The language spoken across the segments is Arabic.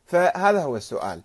فهذا هو السؤال: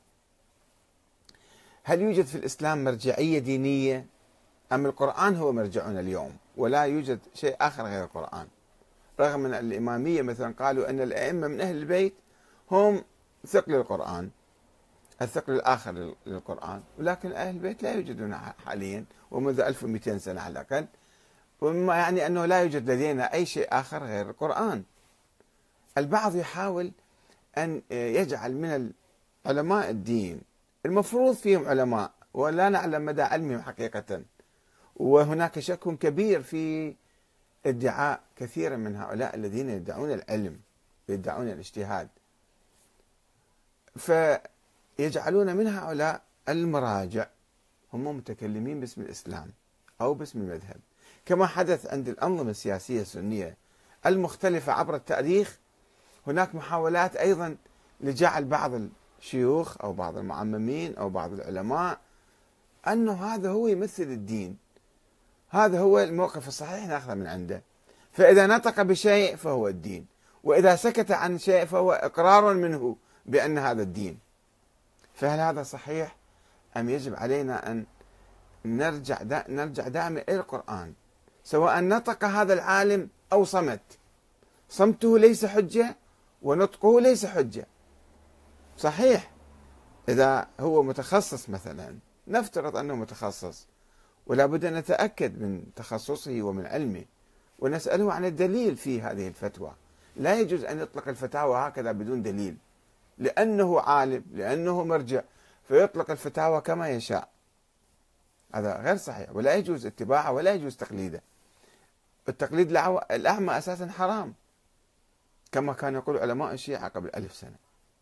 هل يوجد في الإسلام مرجعية دينية، أم القرآن هو مرجعنا اليوم ولا يوجد شيء آخر غير القرآن؟ رغم أن الإمامية مثلا قالوا أن الأئمة من أهل البيت هم ثقل القرآن، الثقل الآخر للقرآن، ولكن أهل البيت لا يوجدون حاليا ومنذ 1200 سنة على الأقل، ومما يعني أنه لا يوجد لدينا أي شيء آخر غير القرآن. البعض يحاول أن يجعل من علماء الدين المفروض فيهم علماء ولا نعلم مدى علمهم حقيقة، وهناك شك كبير في ادعاء كثير من هؤلاء الذين يدعون العلم، يدعون الاجتهاد، فيجعلون من هؤلاء المراجع هم متكلمين باسم الإسلام أو باسم المذهب، كما حدث عند الأنظمة السياسية السنية المختلفة عبر التاريخ. هناك محاولات أيضا لجعل بعض الشيوخ أو بعض المعممين أو بعض العلماء أنه هذا هو يمثل الدين، هذا هو الموقف الصحيح نأخذه من عنده، فإذا نطق بشيء فهو الدين، وإذا سكت عن شيء فهو إقرار منه بأن هذا الدين. فهل هذا صحيح، أم يجب علينا أن نرجع دائما إلى القرآن، سواء نطق هذا العالم أو صمت؟ صمته ليس حجة ونطقه ليس حجة. صحيح إذا هو متخصص مثلا، نفترض أنه متخصص ولا بد أن نتأكد من تخصصه ومن علمه ونسأله عن الدليل في هذه الفتوى. لا يجوز أن يطلق الفتاوى هكذا بدون دليل، لأنه عالم، لأنه مرجع، فيطلق الفتاوى كما يشاء. هذا غير صحيح، ولا يجوز اتباعه ولا يجوز تقليده. التقليد الأعمى أساسا حرام، كما كان يقول علماء الشيعة قبل 1000 سنة.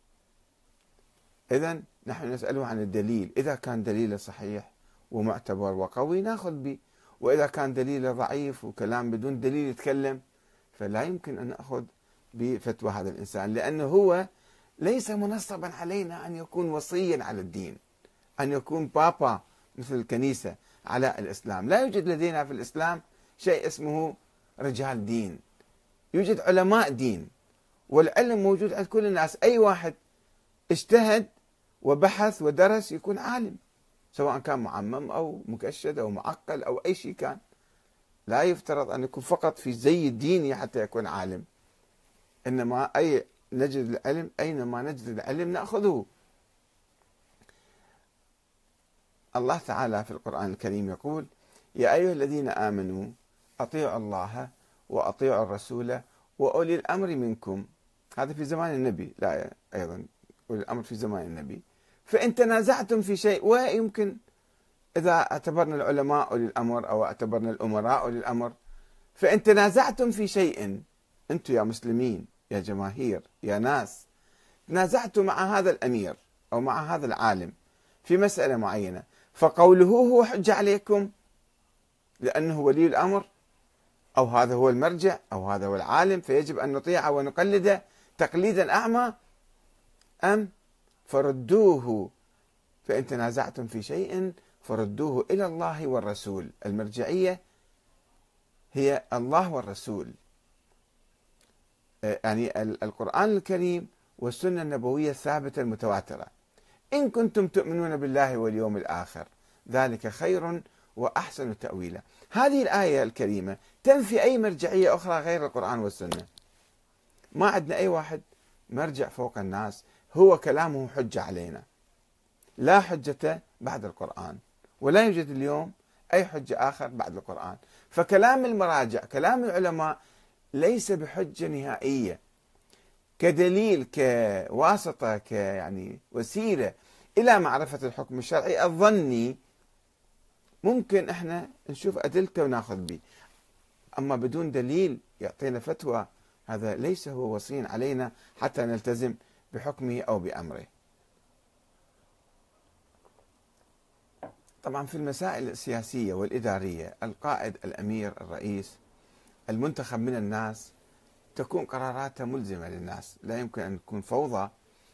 إذن نحن نسأله عن الدليل، إذا كان دليله صحيح ومعتبر وقوي ناخذ به، وإذا كان دليله ضعيف وكلام بدون دليل يتكلم فلا يمكن أن نأخذ بفتوى هذا الإنسان، لأنه هو ليس منصبا علينا أن يكون وصيا على الدين، أن يكون بابا مثل الكنيسة على الإسلام. لا يوجد لدينا في الإسلام شيء اسمه رجال دين، يوجد علماء دين، والعلم موجود عند كل الناس. أي واحد اجتهد وبحث ودرس يكون عالم، سواء كان معمم أو مكشد أو معقل أو أي شيء كان. لا يفترض أن يكون فقط في زي الديني حتى يكون عالم، إنما نجد العلم أينما نجد العلم نأخذه. الله تعالى في القرآن الكريم يقول: يا أيها الذين آمنوا أطيعوا الله وأطيعوا الرسول وأولي الأمر منكم. هذا في زمان النبي، لا أيضا أولي الأمر في زمان النبي. فإن تنازعتم في شيء، ويمكن إذا اعتبرنا العلماء أولي الأمر أو اعتبرنا الأمراء أولي الأمر، فإن تنازعتم في شيء، أنتم يا مسلمين يا جماهير يا ناس تنازعتم مع هذا الأمير أو مع هذا العالم في مسألة معينة، فقوله هو حجة عليكم لأنه ولي الأمر أو هذا هو المرجع أو هذا هو العالم، فيجب أن نطيعه ونقلده تقليدا أعمى، أم فردوه. فإن تنازعتم في شيء فردوه إلى الله والرسول. المرجعية هي الله والرسول، يعني القرآن الكريم والسنة النبوية الثابتة المتواترة. إن كنتم تؤمنون بالله واليوم الآخر ذلك خير وأحسن تأويلا. هذه الآية الكريمة تنفي أي مرجعية أخرى غير القرآن والسنة. ما عندنا أي واحد مرجع فوق الناس، هو كلامه حجة علينا، لا حجة بعد القرآن، ولا يوجد اليوم أي حجة آخر بعد القرآن. فكلام المراجع، كلام العلماء، ليس بحجة نهائية كدليل، كواسطة، يعني وسيلة إلى معرفة الحكم الشرعي الظني. ممكن احنا نشوف أدلته وناخذ به، أما بدون دليل يعطينا فتوى، هذا ليس هو وصي علينا حتى نلتزم بحكمه أو بأمره. طبعا في المسائل السياسية والإدارية، القائد، الأمير، الرئيس المنتخب من الناس تكون قراراته ملزمة للناس، لا يمكن أن تكون فوضى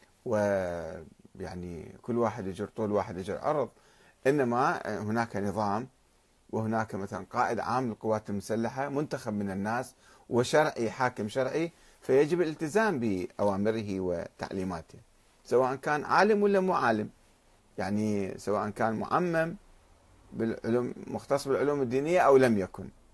ويعني كل واحد يجر طول واحد يجر عرض، إنما هناك نظام، وهناك مثلا قائد عام للقوات المسلحة منتخب من الناس وشرعي، حاكم شرعي، فيجب الالتزام بأوامره وتعليماته. سواء كان عالم ولا مو عالم، يعني سواء كان معمم بالعلوم، مختص بالعلوم الدينية أو لم يكن.